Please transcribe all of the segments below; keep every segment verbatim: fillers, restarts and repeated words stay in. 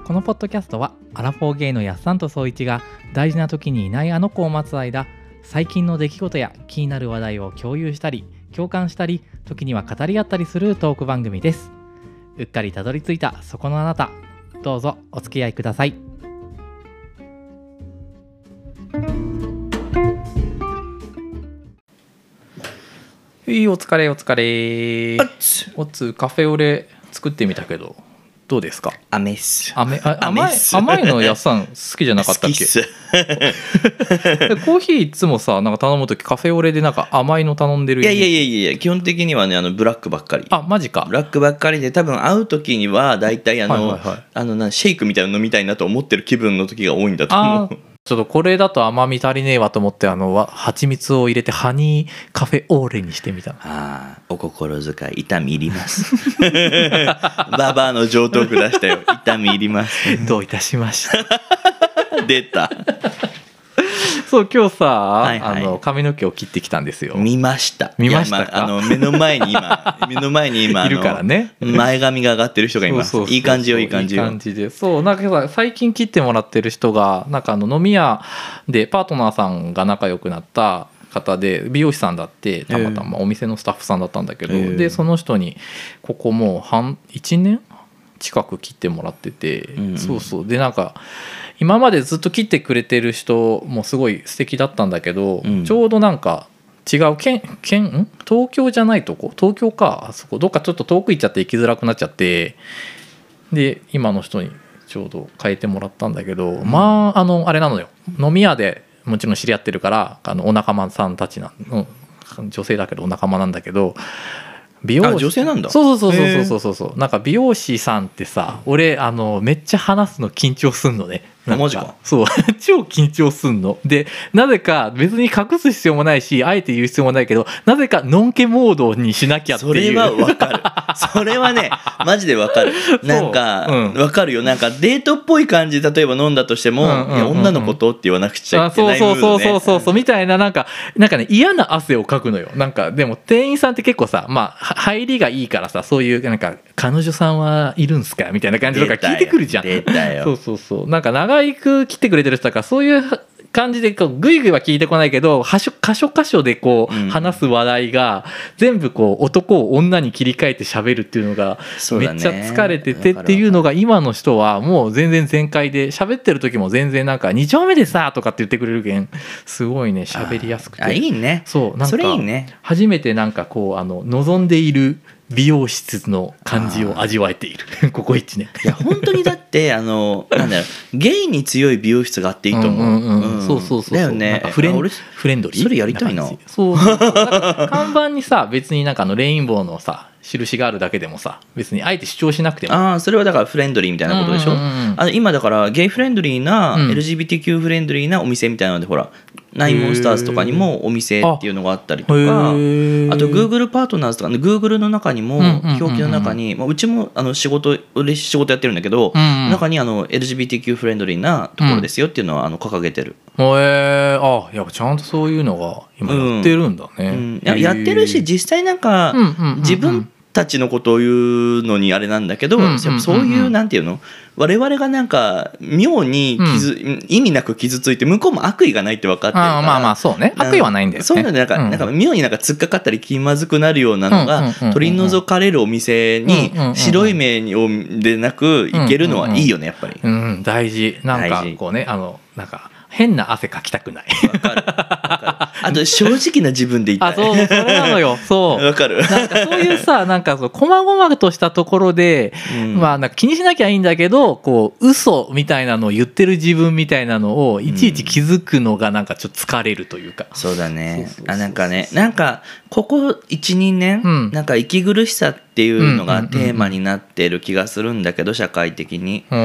このポッドキャストはアラフォーゲイのやっさんとそういちが大事な時にいないあの子を待つ間、最近の出来事や気になる話題を共有したり共感したり、時には語り合ったりするトーク番組です。うっかりたどり着いたそこのあなた、どうぞお付き合いください。はい、お疲れお疲れ。おつカフェオレ作ってみたけどどうですか？ 甘いっす。 甘あ甘い甘いのやっさん好きじゃなかったっけ？ 好きっす。 コーヒーいつもさなんか頼むときカフェオレでなんか甘いの頼んでる。 いやいやいやいや基本的にはねあのブラックばっかり。 あマジか。 ブラックばっかりで多分会う時にはだいたいあの、 はいはいはい、 あのなシェイクみたいなの飲みたいなと思ってる気分の時が多いんだと思う。 ちょっとこれだと甘み足りねえわと思ってあの蜂蜜を入れてハニーカフェオーレにしてみた。 ああお心遣い痛み入ります。ババアの上等句出したよ。痛み入ります。 どういたしました。 出た。 そう今日さ、 はいはい、 あの髪の毛を切ってきたんですよ。 見ました見ましたか？ まあ、あの目の前に今目の前に今いるからね。 前髪が上がってる人がいます。いい感じよいい感じよ。 いい感じで、そうなんかさ最近切ってもらってる人がなんかあの飲み屋でパートナーさんが仲良くなった方で美容師さんだってたまたまお店のスタッフさんだったんだけど、えー、でその人にここもう半いちねん近く切ってもらってて、うんうん、そうそうでなんか今までずっと切ってくれてる人もすごい素敵だったんだけど、うん、ちょうどなんか違う県県ん東京じゃないとこ東京かあそこどっかちょっと遠く行っちゃって行きづらくなっちゃってで今の人にちょうど変えてもらったんだけど、うん、まああのあれなのよ飲み屋でもちろん知り合ってるからあのお仲間さんたちなの女性だけどお仲間なんだけど美容師あ女性なんだ。 そうそうそうそうそうそうそうなんか美容師さんってさ俺あのめっちゃ話すの緊張すんのね。なんかマジか。 そう超緊張すんのでなぜか別に隠す必要もないしあえて言う必要もないけどなぜかのんけモードにしなきゃっていう。 それはわかる。それはねマジでわかる。なんかわ、うん、かるよ。なんかデートっぽい感じ例えば飲んだとしても、うんうんうんうん、いや女の子とって言わなくちゃいけないムードね。 そうそうそうそうそうみたいななんかなんかね嫌な汗をかくのよ。なんかでも店員さんって結構さまあ入りがいいからさそういうなんか彼女さんはいるんすかみたいな感じとか聞いてくるじゃん。 出たよ。 そうそうそうなんか長く切ってくれてる人だからそういう感じでこうグイグイは聞いてこないけど箇所箇所箇所でこう話す話題が全部こう男を女に切り替えて喋るっていうのがめっちゃ疲れててっていうのが今の人はもう全然全開で喋ってる時も全然なんかに丁目でさとかって言ってくれるけんすごいね喋りやすくてあいいね。 そうなんかそれいいね。 初めてなんかこうあの望んでいる美容室の感じを味わえているここいちねん。 いや本当にだってあのなんだろうゲイに強い美容室があっていいと思う。うんうんうんうん、そうそうそうだよね。 フレンフレンドリーそれやりたいな。 そうそうそう看板にさ別になんかあのレインボーのさ印があるだけでもさ別にあえて主張しなくてもああそれはだからフレンドリーみたいなことでしょ、うんうんうん、あの今だからゲイフレンドリーな、うん、エルジービーティーキュー フレンドリーなお店みたいなのでほらナインモンスターズとかにもお店っていうのがあったりとか あ, あと Google パートナーズとか、ね、Google の中にも表記の中に、うんうんうん、うちもあの仕事俺仕事やってるんだけど、うんうん、中にあの エルジービーティーキュー フレンドリーなところですよっていうのはあの掲げてる。 へえあやっぱちゃんとそういうのが今やってるんだね、うんうん、 や, やってるし実際なんか、うんうんうんうん、自分たちのことを言うのにあれなんだけど、うんうんうんうん、そういうなんていうの我々がなんか妙に傷、うん、意味なく傷ついて向こうも悪意がないって分かってるからあまあまあそうね悪意はないんだよね。 そういうのでなんか、うん、なんか妙になんか突っかかったり気まずくなるようなのが取り除かれるお店に白い目でなくいけるのはいいよねやっぱり、 うんうんうん、大事なんかこうねあのなんか変な汗かきたくない。 わかるわかる。あと正直な自分でいたい。 あそうそれなのよ。そうわかる。 なんかそういうさなんかそう細々としたところで、うん、まあなんか気にしなきゃいいんだけどこう嘘みたいなのを言ってる自分みたいなのをいちいち気づくのがなんかちょっと疲れるというか、 うん、そうだね。あなんかねなんかここ いち,に 年、うん、なんか息苦しさっていうのがテーマになってる気がするんだけど社会的に、うん、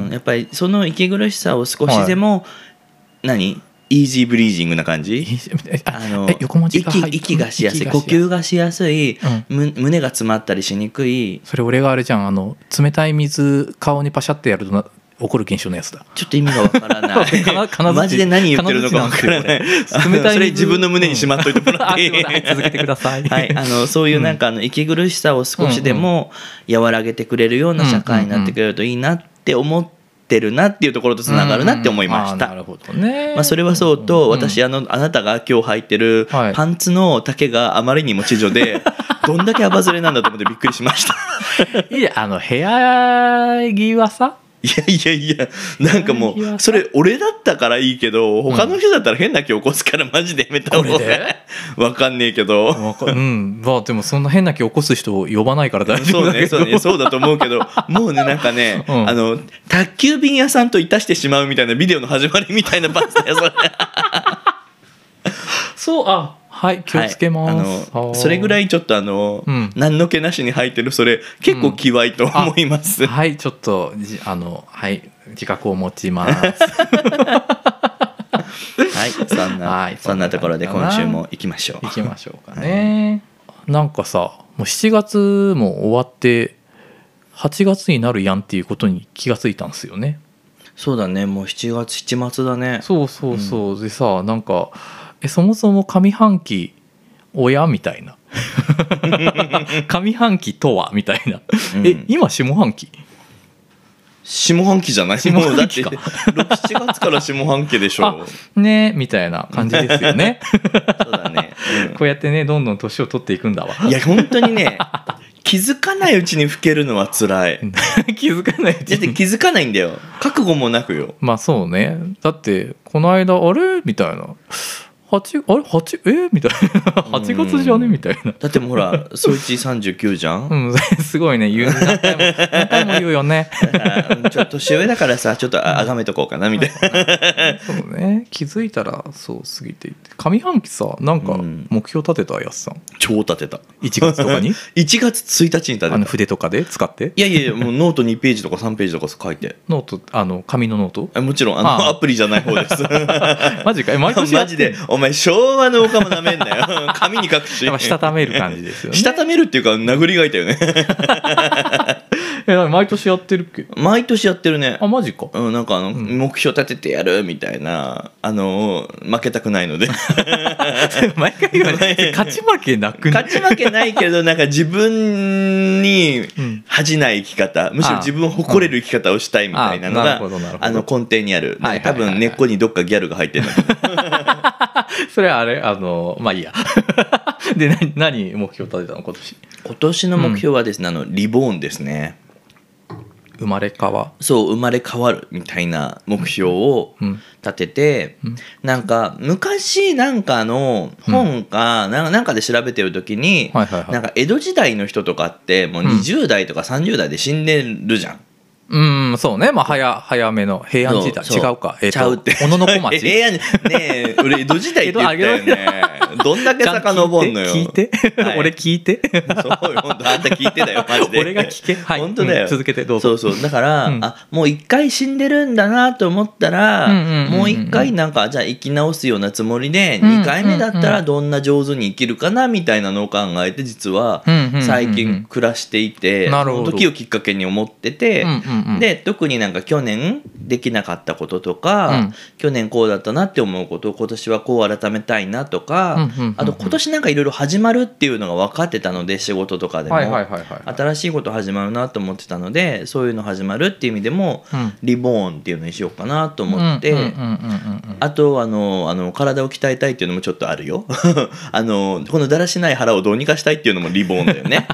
やっぱりその息苦しさを少しでも、はい何イージーブリージングな感じあの横文字が 息, 息がしやすい呼吸がしやすい、うん、胸が詰まったりしにくい。 それ俺があれじゃんあの冷たい水顔にパシャってやるとな怒る現象のやつだ。 ちょっと意味がわからないマジで何言ってるのかわからない。冷たいそれ自分の胸にしまっといてもらっていい、うん、 続けてください、 はい、あのそういうなんかあの息苦しさを少しでも和らげてくれるような社会になってくれるといいなっって思ってるなっていうところとつながるなって思いました。 なるほどね。 まあ、それはそうと、私あのあなたが今日履いてるパンツの丈があまりにも知女で、どんだけアバズレなんだと思ってびっくりしました。 いや、あの部屋着はさ、 いやいやいや、なんかもうそれ俺だったからいいけど、他の人だったら変な気起こすからマジでやめた方がわかんねえけど、 うん、まあでもそんな変な気起こす人を呼ばないから大丈夫だけど、 そうね、そうね、そうだと思うけど、もうね、なんかね、うん、あの宅急便屋さんといたしてしまうみたいなビデオの始まりみたいなパンツだよそれ。 そう、あ、はい気をつけます、 はい、あのそれぐらいちょっとあの、うん、何の気なしに履いてるそれ結構キワいと思います、 うん、はいちょっとあのはい自覚を持ちます。はいそんな、はい、そんなところで今週も行きましょう行きましょうかね、はい、なんかさもうしちがつも終わってはちがつになるやんっていうことに気がついたんですよね。 そうだね、もうしちがつしちがつだね。 そうそうそう、うん、でさなんかえそもそも上半期親みたいな上半期とはみたいな、うん、え今下半期下半期じゃない下半期かろくしちがつから下半期でしょねみたいな感じですよね。 そうだね、 うん、こうやってねどんどん年を取っていくんだわ。 いや本当にね気づかないうちに老けるのは辛い。 気づかないうちに。 だって気づかないんだよ。覚悟もなくよ。 まあそうね。だってこの間あれみたいな。はちあれはちえみたいなはちがつじゃねみたいな。 だってもうほらそいちさんじゅうきゅうじゃん、 うん、すごいね言う何回も何回も言うよね。 ちょっと年上だからさちょっとあがめとこうかなみたいな。 そうね気づいたらそう過ぎていって上半期さなんか目標立てたやすさん。 超立てた。 いちがつとかにいちがつついたちに立てた。 あの筆とかで使って。 いやいやいやもうノートにページとかさんページとか書いて。 ノートあの紙のノート。 もちろんあのあアプリじゃない方です。 マジかえ毎年マジでお前昭和のおかもなめんなよ。紙に書くし。 したためる感じですよね。 したためるっていうか殴り書いたよね。 え毎年やってるっけ。 毎年やってるね。 あマジか。 うんなんかあの、うん、目標立ててやるみたいなあの負けたくないので。 毎回言われ勝ち負けなくない。 勝ち負けないけどなんか自分に恥じない生き方、うん、むしろ自分を誇れる生き方をしたいみたいなのが あ, あの根底にある。多分根っこにどっかギャルが入ってるんだけど。 それはあれあのまあいいや。で何何目標立てたの今年。 今年の目標はですね、うん、あのリボーンですね。 生まれ変わそう生まれ変わるみたいな目標を立てて、うんうん、なんか昔なんかの本か、うん、なんかで調べてる時に、はいはいはい、なんか江戸時代の人とかってもうにじゅう代とかさんじゅう代で死んでるじゃん。 うんそうねまあ早早めの平安時代違うかえー、 ちゃうって小野小町平安ねえ俺江戸時代って言ったよね。どんだけ遡んのよ。 聞いて、はい、俺聞いて。 そうよ本当あんた聞いてだよマジで。 俺が聞け、はい、 本当だよ、 うん、続けてどうぞ。 そうそうだから、うん、あもう一回死んでるんだなと思ったら、うんうんうんうん、もう一回なんかじゃあ生き直すようなつもりで、うんうんうん、にかいめだったらどんな上手に生きるかなみたいなのを考えて実は最近暮らしていて、うんうんうんうん、その時をきっかけに思ってて、うんうんうん、で特になんか去年できなかったこととか、うん、去年こうだったなって思うことを今年はこう改めたいなとか、うんうんうんうん、あと今年なんかいろいろ始まるっていうのが分かってたので仕事とかでも、はいはいはいはい、新しいこと始まるなと思ってたのでそういうの始まるっていう意味でも、うん、リボーンっていうのにしようかなと思って、あとあのあの体を鍛えたいっていうのもちょっとあるよ。あのこのだらしない腹をどうにかしたいっていうのもリボーンだよね。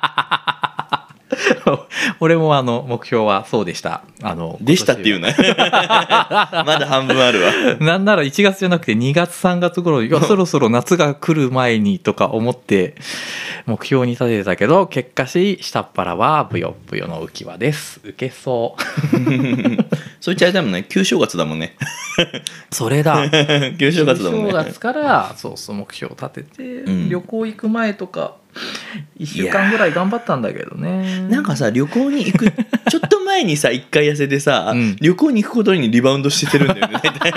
俺もあの目標はそうでした。あのでしたっていうね。まだ半分あるわ。 なんならいちがつじゃなくてにがつさんがつ頃いやそろそろ夏が来る前にとか思って目標に立ててたけど結果し下っ腹はブヨブヨの浮き輪です。受けそう。 そいつあれだもんね旧正月だもんね。 それだ。 旧正月だもんね。 旧正月からそうそう目標を立てて、うん、旅行行く前とかいっしゅうかんぐらい頑張ったんだけどね。 なんかさ旅行に行くちょっと前にさ一回痩せてさ、うん、旅行に行くことにリバウンドしてるんだよね。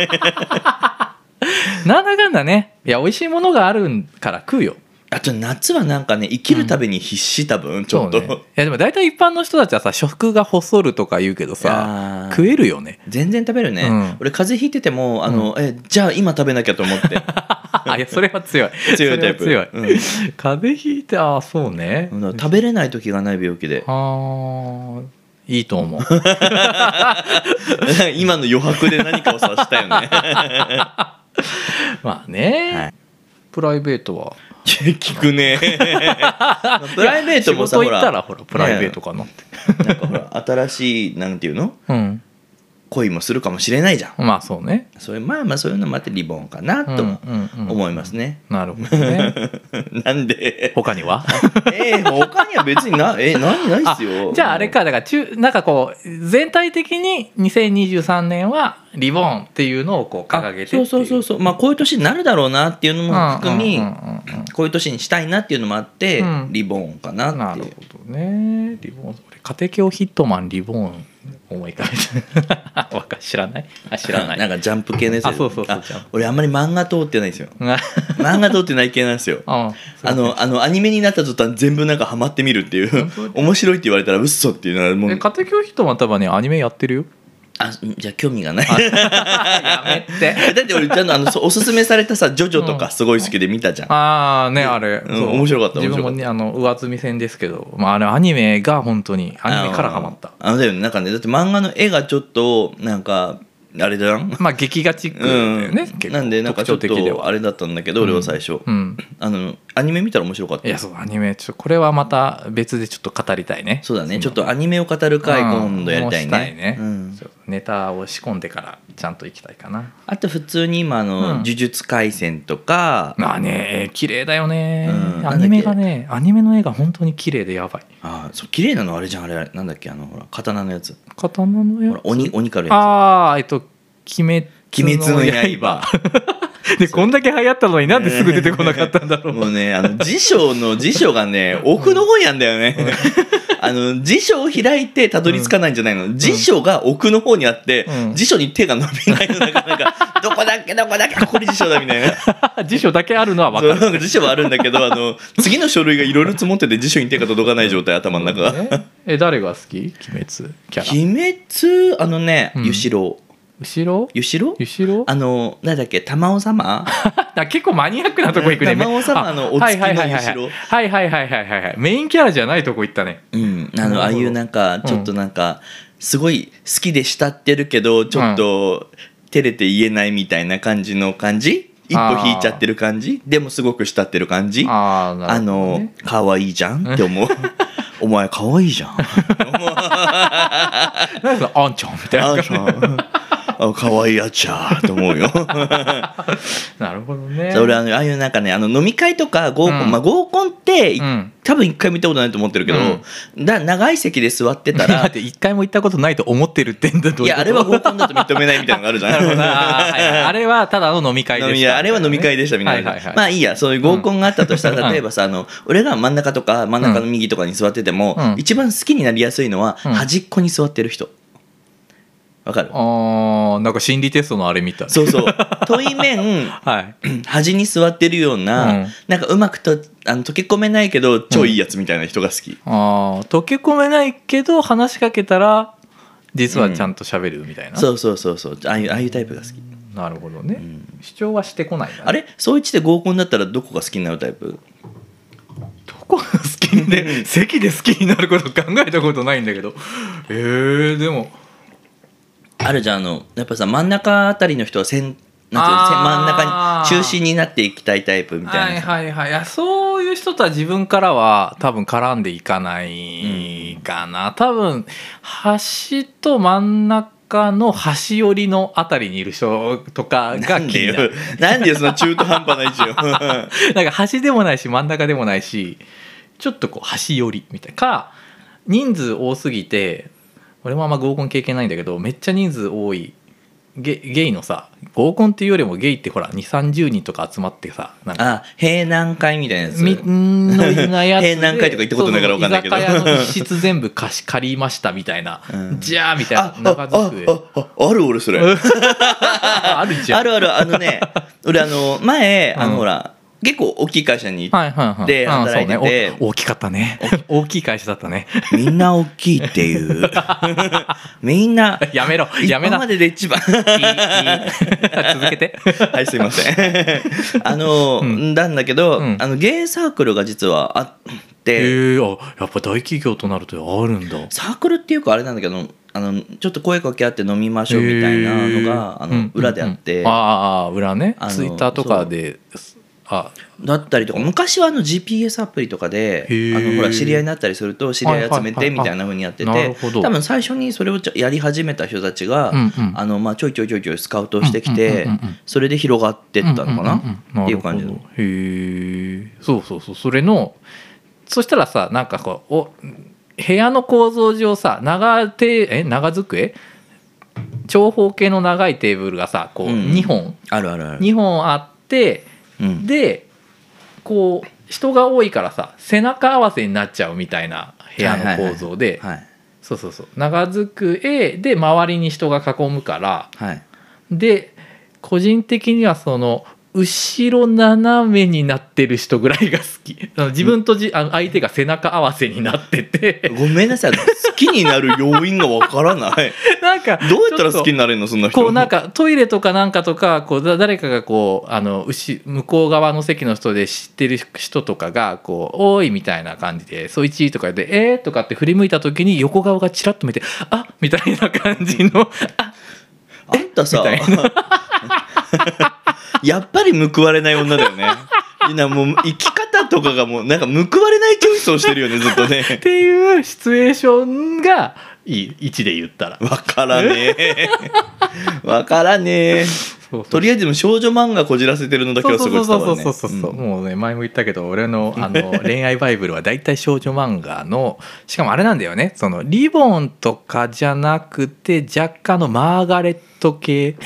なんだかんだねいや美味しいものがあるから食うよ。 あと夏はなんかね生きるために必死多分、うん、ちょっと、ね、 いやでも大体一般の人たちはさ食が細るとか言うけどさ食えるよね。 全然食べるね、うん、俺風邪ひいててもあの、うん、えじゃあ今食べなきゃと思って。 あいやそれは強い強いタイプ強い、うん、風邪ひいてあそうね食べれない時がない病気で。 あいいと思う今の余白で何かを察したよねまあね、 はい、 プライベートは聞くねプライベートもさ、 仕事行ったらほらプライベートかなって、 ね、なんかほら新しいなんていうの、うん、恋もするかもしれないじゃん。 まあそうね。 それまあまあそういうのもあってリボンかなとも思いますね。 うんうんうん、なるほどね。 なんで他にはえー、他には別になえ何ないっすよ。 じゃああれかだから中なんかこう全体的ににせんにじゅうさんねんはリボンっていうのをこう掲げてっていう。 そうそうそうそう。まあこういう年になるだろうなっていうのも含み、こういう年にしたいなっていうのもあって、うん、リボンかなっていう。 なるほどね。リボン。家庭教ヒットマンリボン。思い浮かべて知らないあ知らないなんかジャンプ系のやつ。 あそうそうそう。 俺あんまり漫画通ってないんですよ漫画通ってない系なんですよああのあのアニメになった途端全部なんかハマってみるっていう面白いって言われたら嘘っていうのはもうえ家庭教ヒットマン多分ねアニメやってるよ。 あじゃあ興味がないやめてだって俺ちゃんとあのおすすめされたさジョジョとかすごい好きで見たじゃん、 うん、ああねあれ、 うん、面白かった自分もねあの上積み戦ですけど、まあ、あれアニメが本当にアニメからハマったあのだよねなんかねだって漫画の絵がちょっとなんかあれだなまあ劇画チックだよね、 うん、なんでなんかちょっとあれだったんだけど、うん、俺は最初、うん、あのアニメ見たら面白かった。 いやそうアニメちょっとこれはまた別でちょっと語りたいね。 そうだねちょっとアニメを語る回今度やりたいね、うん、したいね、 うん、ネタを仕込んでからちゃんと行きたいかな。 あと普通に今の、うん、呪術廻戦とかまあね綺麗だよね、うん、アニメがねアニメの絵が本当に綺麗でやばい。 あそう綺麗なのあれじゃんあれなんだっけあのほら刀のやつ刀のやつ鬼鬼狩るやつああえっと鬼滅の刃でこんだけ流行ったのになんですぐ出てこなかったんだろうもうねあの辞書の辞書がね奥の方にあんだよねあの辞書を開いてたどり着かないんじゃないの、うん、辞書が奥の方にあって、うん、辞書に手が伸びないのなんかなんかどこだっけどこだっけこれ辞書だみたいな辞書だけあるのは分かる辞書はあるんだけどあの次の書類がいろいろ積もってて辞書に手が届かない状態頭の中が、 ね、え誰が好き鬼滅キャラ鬼滅あのねゆしろう後ろゆしろ後ろあのなんだっけ玉尾様結構マニアックなとこ行くね玉尾様のお月のゆしろはいはいはいはいはいはいメインキャラじゃないとこ行ったねうんあのああいうなんかちょっとなんかすごい好きで慕ってるけどちょっと照れて言えないみたいな感じの感じ一歩引いちゃってる感じでもすごく慕ってる感じ あ, なるほど、ね、あの可愛いじゃんって思うお前可愛いじゃんなんかあんちゃんみたいなあんちゃんあ可愛いやっちゃと思うよなるほどね。 俺あのああいうなんかねあの飲み会とか合コン、うん、まあ合コンって、うん、多分一回見たことないと思ってるけど、うん、だ長い席で座ってたらだって一回も行ったことないと思ってるってんだといやあれは合コンだと認めないみたいなのがあるじゃんなるほどな、 はいはい、あれはただの飲み会でした、ね、 いやあれは飲み会でしたみたいな、はいはいはい、まあいいやそういう合コンがあったとしたら、うん、例えばさあの俺が真ん中とか真ん中の右とかに座ってても、うん、一番好きになりやすいのは、うん、端っこに座ってる人わかる？ あーなんか心理テストのあれみたいそうそう対面、はい、端に座ってるような、うん、なんかうまくとあの溶け込めないけど超いいやつみたいな人が好き、うん、 あ溶け込めないけど話しかけたら実はちゃんと喋るみたいな、うん、 そうそうそうそうああいう、ああいうタイプが好き。 なるほどね、うん、主張はしてこないんだね。 あれそういちで合コンだったらどこが好きになるタイプ？ どこが好きで席で好きになること考えたことないんだけどえー、でもあるじゃんあのやっぱさ真ん中あたりの人はせんなんていう真ん中に中心になっていきたいタイプみたいな。 はいはいはい。いやそういう人とは自分からは多分絡んでいかないかな、うん、多分端と真ん中の端寄りのあたりにいる人とかが気になる。 なんでよその中途半端な位置よなんか端でもないし真ん中でもないしちょっとこう端寄りみたいなか人数多すぎて俺もあんま合コン経験ないんだけどめっちゃ人数多い ゲ, ゲイのさ合コンっていうよりもゲイってほらにじゅうさんじゅうにんとか集まってさなんかあ閉南会みたいなやつみんなやつで閉南会とか行ったことないから分かんないけど居酒屋の一室全部貸し借りましたみたいな、うん、じゃあみたいな長机あ, あ, あ, ある俺それあるじゃんあるあるあのね俺あの前あのほら、うん結構大きい会社に行って働いてて、 大きかったね大きい会社だったねみんな大きいっていうみんなやめろやめな今までで一番いいいい続けてはいすいませんあの、うん、なんだけど、うん、あのゲイサークルが実はあってへー、あやっぱ大企業となるとあるんだ。 サークルっていうかあれなんだけどあのちょっと声かけ合って飲みましょうみたいなのがあの裏であって、うんうんうん、 ああ裏ねツイッターとかであだったりとか昔はあの ジーピーエス アプリとかであのほら知り合いになったりすると知り合い集めてみたいな風にやってて多分最初にそれをやり始めた人たちが、うんうんあのまあ、ちょいちょいちょいちょいスカウトしてきてそれで広がってったのかなっていう感じの。へえそうそうそうそれのそしたらさなんかこうお部屋の構造上さ 長, てえ長机長方形の長いテーブルがさこうにほん、うん、 あるあるあるにほんあって、うん、でこう人が多いからさ背中合わせになっちゃうみたいな部屋の構造で、はいはいはい、そうそうそう長机で周りに人が囲むから、はい、で個人的にはその後ろ斜めになってる人ぐらいが好き。自分とじあの相手が背中合わせになっててごめんなさい好きになる要因がわからないなんかどうやったら好きになれるのそんな人。 こうなんかトイレとかなんかとかこう誰かがこうあの向こう側の席の人で知ってる人とかがこうおーいみたいな感じでそいちとかでえーとかって振り向いた時に横顔がチラッと見てあみたいな感じのああんたさやっぱり報われない女だよね。みんなもう生き方とかがもうなんか報われないチョイスをしてるよねずっとね。 っていうシチュエーションがいい位置で言ったら。 わからねえ。わからねえ。そうそうとりあえず少女漫画こじらせてるのだけはすごい伝わるね。 そうそうそうそうそう、うん、もうね前も言ったけど俺のあの恋愛バイブルはだいたい少女漫画のしかもあれなんだよねそのリボンとかじゃなくて若干のマーガレット系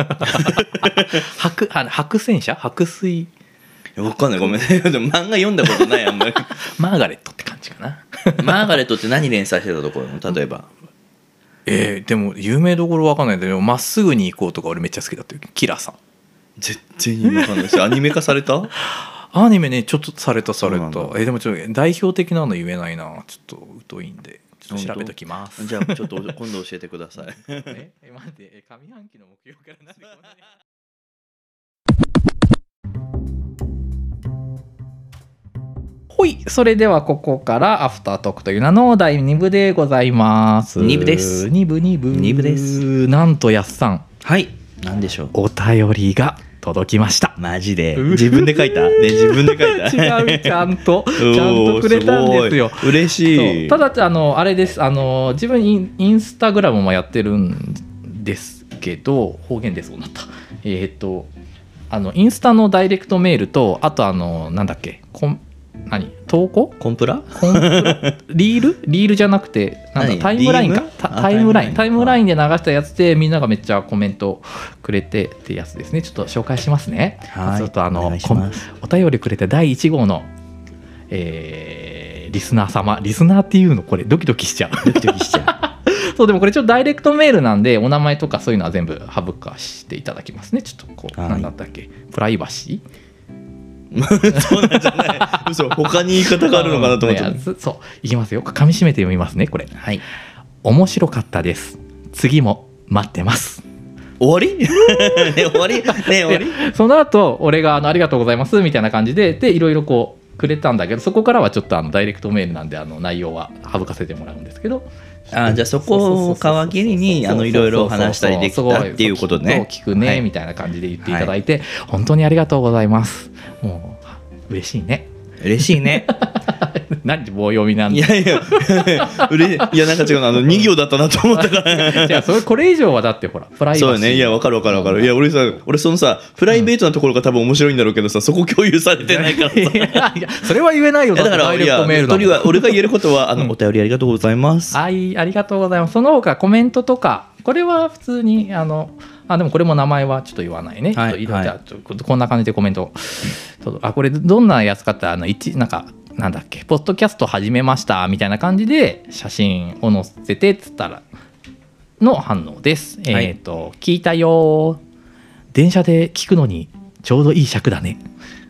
白あの白戦車白水わかんないごめんねでも漫画読んだことないあんまりマーガレットって感じかなマーガレットって何連載してたところの例えばえー、でも有名どころわかんないけどまっすぐに行こうとか俺めっちゃ好きだったよキラさん全然意味わかんないですアニメ化されたアニメねちょっとされたされたえー、でもちょっと代表的なの言えないなちょっと疎いんでちょっと調べときますじゃあちょっと今度教えてくださいえ待って上半期の目標からなんでこんなにほいそれではここからアフタートークという名のだいに部でございます。 に部ですに部に部に部です。 なんとやっさんはいなんでしょうお便りが届きました。 マジで自分で書いた、ね、自分で書いた違うちゃんとちゃんとくれたんですよ。 す嬉しい。 ただあのあれですあの自分インインスタグラムもやってるんですけど方言でそうなったえー、っとあのインスタのダイレクトメールとあとあのなんだっけコン何投稿コンプラコンプラリールリールじゃなくてなんだタイムラインかタイムラインタイムラインで流したやつでみんながめっちゃコメントくれてってやつですね。ちょっと紹介しますね。 はいちょっとあのお便りくれてだいいち号の、えー、リスナー様リスナーっていうのこれドキドキしちゃうドキドキしちゃうそうでもこれちょっとダイレクトメールなんでお名前とかそういうのは全部省かしていただきますね。ちょっとこう、はい、なんだったっけプライバシーそうなんじゃない嘘他に言い方があるのかなと思ってそういきますよ噛み締めて読みますねこれ。 はい面白かったです次も待ってます終わりね終わりね終わりその後俺があのありがとうございますみたいな感じででいろいろこうくれたんだけどそこからはちょっとあのダイレクトメールなんであの内容は省かせてもらうんですけどあじゃあそこを皮切りにあのいろいろ話したりできたっていうことね聞くね、はい、みたいな感じで言っていただいて、はい、本当にありがとうございます。もう嬉しいね嬉しいね何棒読みなんだいやいやうれいやなんか違うのあのに行だったなと思ったからじゃあそれこれ以上はだってほらプライバシーそうよねいや分かる分かる分かるいや俺さ俺そのさプライベートなところが多分面白いんだろうけどさ、うん、そこ共有されてないからさいやいやそれは言えないよだからダイレクトメールだもん。いや俺が言えることはあの、うん、お便りありがとうございます。 はいありがとうございます。その他コメントとかこれは普通にあのあでもこれも名前はちょっと言わないね、はい、ちょっとはい、じゃあこんな感じでコメントあこれどんなやつかってあの一なんかなんだっけポッドキャスト始めましたみたいな感じで写真を載せてっつったらの反応です、はい、えっ、ー、と聞いたよ電車で聞くのにちょうどいい尺だね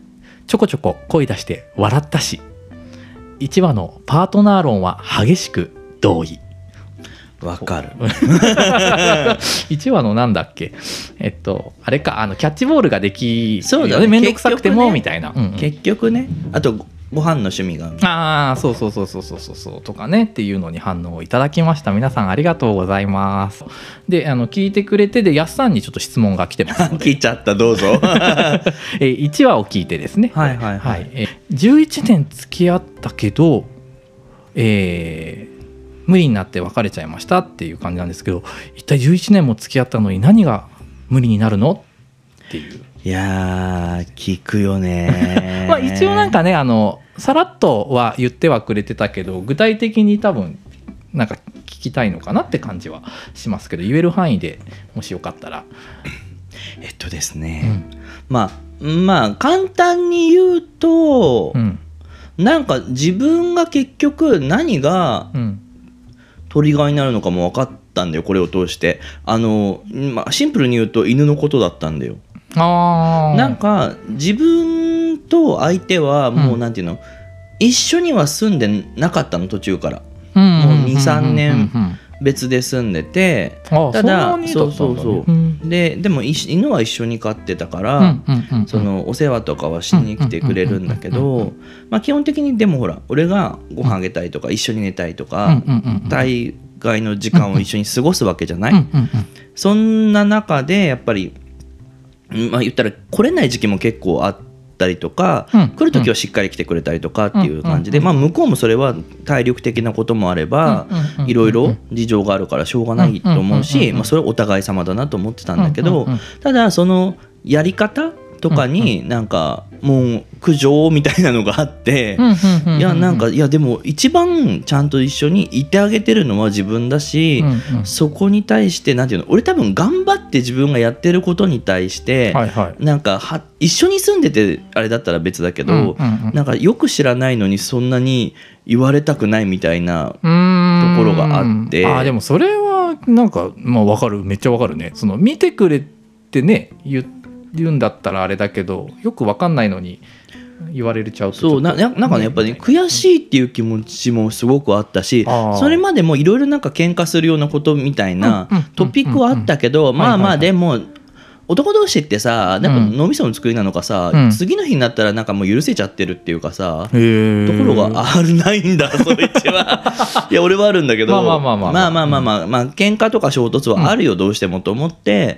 ちょこちょこ声出して笑ったし、いちわのパートナー論は激しく同意。 わかるいちわのなんだっけ、えっとあれか、あのキャッチボールができそうだね、 めんどくさくても、 ね、 みたいな、うんうん、 結局ね、あとご飯の趣味がああそうそうそうそうそうそうとかねっていうのに反応をいただきました。皆さんありがとうございます。で、あの聞いてくれて、でやすさんにちょっと質問が来てますので聞いちゃった、どうぞえいちわを聞いてですね、 はいはいはい、 えじゅういちねん付き合ったけど、えー無理になって別れちゃいましたっていう感じなんですけど、一体じゅういちねんも付き合ったのに何が無理になるのっていう。 いやー聞くよねまあ一応なんかね、あのさらっとは言ってはくれてたけど、具体的に多分なんか聞きたいのかなって感じはしますけど、言える範囲でもしよかったら。 えっとですね、うん、まあまあ簡単に言うと、うん、なんか自分が結局何が、うんトリガーになるのかも分かったんだよ、これを通して。あの、まあ、シンプルに言うと犬のことだったんだよ。 あなんか自分と相手はもうなんていうの、うん、一緒には住んでなかったの、途中から、うん、もう にさんねん別で住んでて、うん、ただそうそうそう、うん、ででも犬は一緒に飼ってたから、そのお世話とかはしに来てくれるんだけど、まあ基本的にでもほら俺がご飯あげたいとか一緒に寝たいとか、大概の時間を一緒に過ごすわけじゃない。そんな中でやっぱりまあ言ったら来れない時期も結構あったりとか、うん、来る時はしっかり来てくれたりとかっていう感じで、まあ向こうもそれは体力的なこともあればいろいろ事情があるからしょうがないと思うし、まあそれはお互い様だなと思ってたんだけど、ただそのやり方とかになんかもう苦情みたいなのがあって、いやなんかいやでも一番ちゃんと一緒にいてあげてるのは自分だし、そこに対してなんていうの、俺多分頑張って自分がやってることに対してなんかは一緒に住んでてあれだったら別だけど、なんかよく知らないのにそんなに言われたくないみたいなところがあって、 あでもそれはなんかまあ分かる、めっちゃ分かるね。その見てくれてね言って言うんだったらあれだけど、よく分かんないのに言われちゃうとそうな、なんかねやっぱり、ね、悔しいっていう気持ちもすごくあったし、それまでもいろいろなんか喧嘩するようなことみたいなトピックはあったけど、まあまあでも男同士ってさ、なんか脳みその作りなのかさ、うん、次の日になったらなんかもう許せちゃってるっていうかさ、ところがあるないんだそいつはいや俺はあるんだけど、まあまあまあまあまあまあまあまあ喧嘩とか衝突はあるよ、どうしてもと思って、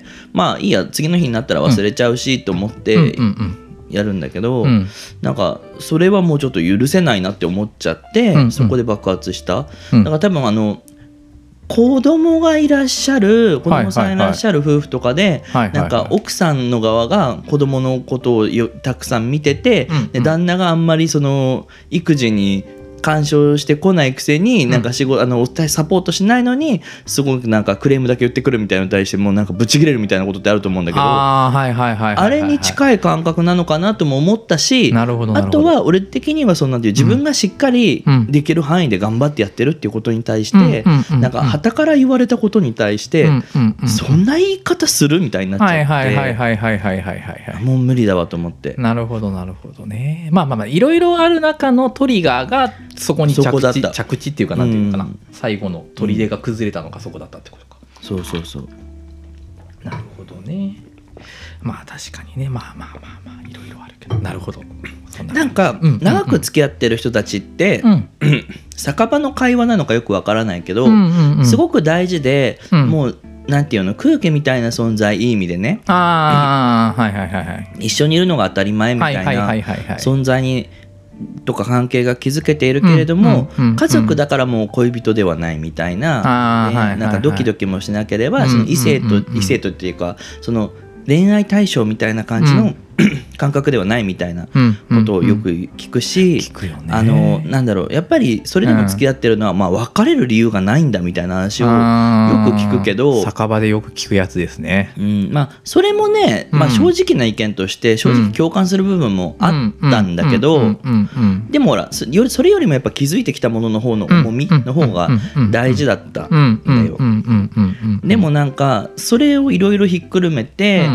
まあいいや次の日になったら忘れちゃうしと思ってやるんだけど、なんかそれはもうちょっと許せないなって思っちゃって、そこで爆発した。だから多分あの子供がいらっしゃる子供さんいらっしゃる夫婦とかで、なんか奥さんの側が子供のことをよたくさん見てて、で旦那があんまりその育児に干渉してこないくせになんか仕事、うん、あのサポートしないのにすごくなんかクレームだけ言ってくるみたいなのに対してもうなんかブチ切れるみたいなことってあると思うんだけど、あれに近い感覚なのかなとも思ったし、あとは俺的にはそんなんていう自分がしっかりできる範囲で頑張ってやってるっていうことに対してなんか傍から言われたことに対してそんな言い方するみたいになっちゃってもう無理だわと思って。 なるほどなるほどね。まあまあまあいろいろある中のトリガーがそこに着地着地っていうかなんていうのかな、うん、最後の砦が崩れたのがそこだったってことか、 うん、そうそうそう。 なるほどね。まあ確かにね、まあまあまあまあいろいろあるけど、なるほど。 そんななんか、うん、長く付き合ってる人たちって、うん、酒場の会話なのかよくわからないけど、うんうんうん、すごく大事で、うん、もうなんていうの空気みたいな存在、いい意味でね、 あ、はいはいはいはい、 一緒にいるのが当たり前みたいな存在にとか関係が築けているけれども、うんうんうん、家族だからもう恋人ではないみたいな、ね、なんかドキドキもしなければ、その異性と異性とっていうかその恋愛対象みたいな感じの、うん感覚ではないみたいなことをよく聞くし、うんうんうん、あのなんだろうやっぱりそれでも付き合ってるのは、うんまあ、別れる理由がないんだみたいな話をよく聞くけど、 酒場でよく聞くやつですね、 うんまあ、それもね、まあ、正直な意見として正直共感する部分もあったんだけど、でもほらそれよりもやっぱ気づいてきたものの方の重みの方が大事だったんだよ。でもなんかそれをいろいろひっくるめて、うん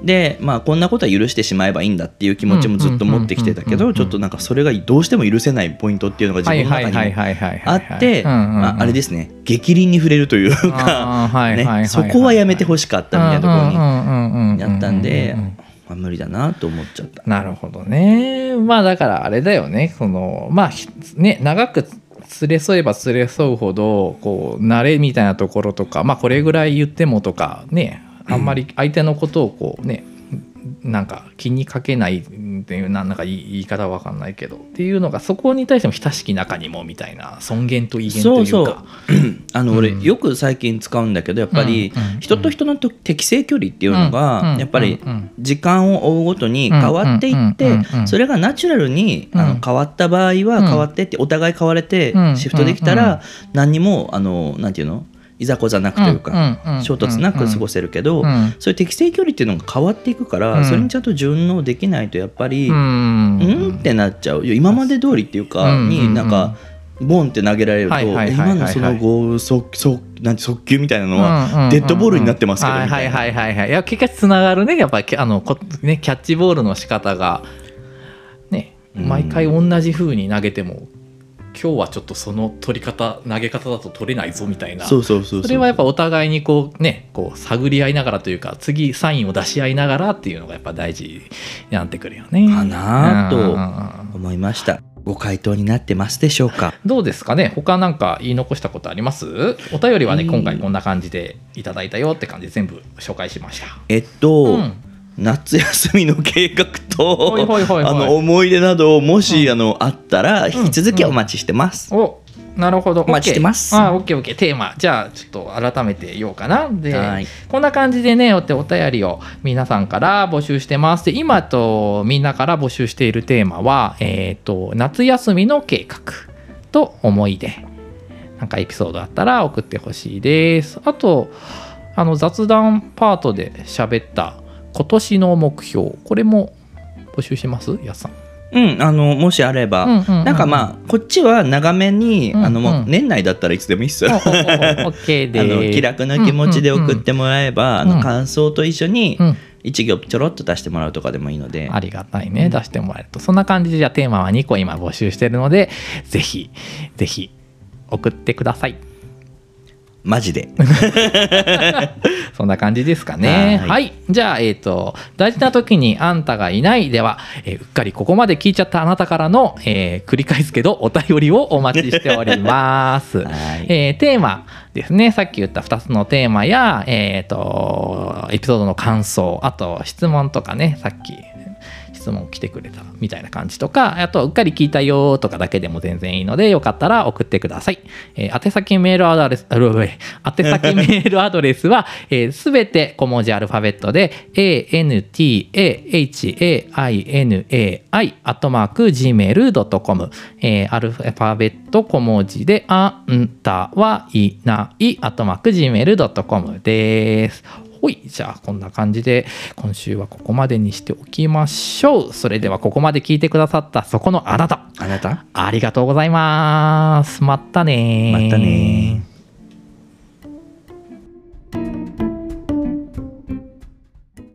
で、まあ、こんなことは許してしまえばいいんだっていう気持ちもずっと持ってきてたけど、ちょっとなんかそれがどうしても許せないポイントっていうのが自分の中にあってあれですね、逆鱗に触れるというか、ね、そこはやめてほしかったみたいなところにやったんで、まあ、無理だなと思っちゃった。 なるほどね。まあだからあれだよね、そのまあね、長く連れ添えば連れ添うほどこう慣れみたいなところとか、まあこれぐらい言ってもとかね、あんまり相手のことをこうね、なんか気にかけないっていうなんか言い方は分かんないけどっていうのが、そこに対しても親しき中にもみたいな尊厳と威厳というか、 そうそうあの俺よく最近使うんだけど、やっぱり人と人の適正距離っていうのがやっぱり時間を追うごとに変わっていって、それがナチュラルにあの変わった場合は変わってって、お互い変われてシフトできたら何にもあのなんていうのいざこざなくというか衝突なく過ごせるけど、そういう適正距離っていうのが変わっていくから、それにちゃんと順応できないとやっぱりうんってなっちゃう。今まで通りっていうかになんかボンって投げられると、今のその剛速速なんて速球みたいなのはデッドボールになってますけどみたいな。 はいはいはいはい。いや結果つながるね、やっぱりあのこねキャッチボールの仕方がね、毎回同じ風に投げても。今日はちょっとその取り方投げ方だと取れないぞみたいな、 そうそうそうそう、 それはやっぱお互いにこうねこう探り合いながらというか、次サインを出し合いながらっていうのがやっぱ大事になってくるよねかなと思いました。ご回答になってますでしょうか。 どうですかね、他なんか言い残したことあります？お便りはね、今回こんな感じでいただいたよって感じで全部紹介しました。 えっと、うん夏休みの計画とあの思い出などもし、うん、あのあったら引き続きお待ちしてます。 うんうん、おなるほど、 お待ちしてます。 あ、オッケーオッケー。テーマじゃあちょっと改めて言おうかな。で、こんな感じでねお便りを皆さんから募集してます。で今とみんなから募集しているテーマは、えー、と夏休みの計画と思い出、なんかエピソードあったら送ってほしいです。あとあの雑談パートで喋った今年の目標、これも募集します？やさん。 うん、あのもしあれば、うんうんうんうん、なんかまあこっちは長めに、うんうん、あのもう年内だったらいつでもいいっすよ。あの気楽な気持ちで送ってもらえば、うんうんうん、あの感想と一緒に一行ちょろっと出してもらうとかでもいいので、 ありがたいね、出してもらえると。そんな感じでじゃあテーマはにこ今募集してるので、ぜひぜひ送ってください。 マジでそんな感じですかね。はい、はい、じゃあ、えーと、大事な時にあんたがいないでは、えー、うっかりここまで聞いちゃったあなたからの、えー、繰り返すけどお便りをお待ちしております、はい、えー、テーマですね、さっき言ったふたつのテーマや、えーと、エピソードの感想、あと質問とかね、さっき質問来てくれたみたいな感じとか、あとうっかり聞いたよとかだけでも全然いいので、よかったら送ってください。えー、宛先メールアドレスある宛先メールアドレスはすべ、えー、て小文字アルファベットで エーエヌティーエーエイチエーアイエヌエーアイ アットマーク ジーメールドットコム、えー、アルファベット小文字であんたはいないアットマーク ジーメールドットコム です。ほい、じゃあこんな感じで今週はここまでにしておきましょう。それではここまで聞いてくださったそこのあなた、 あなた、 ありがとうございます。またねまたね。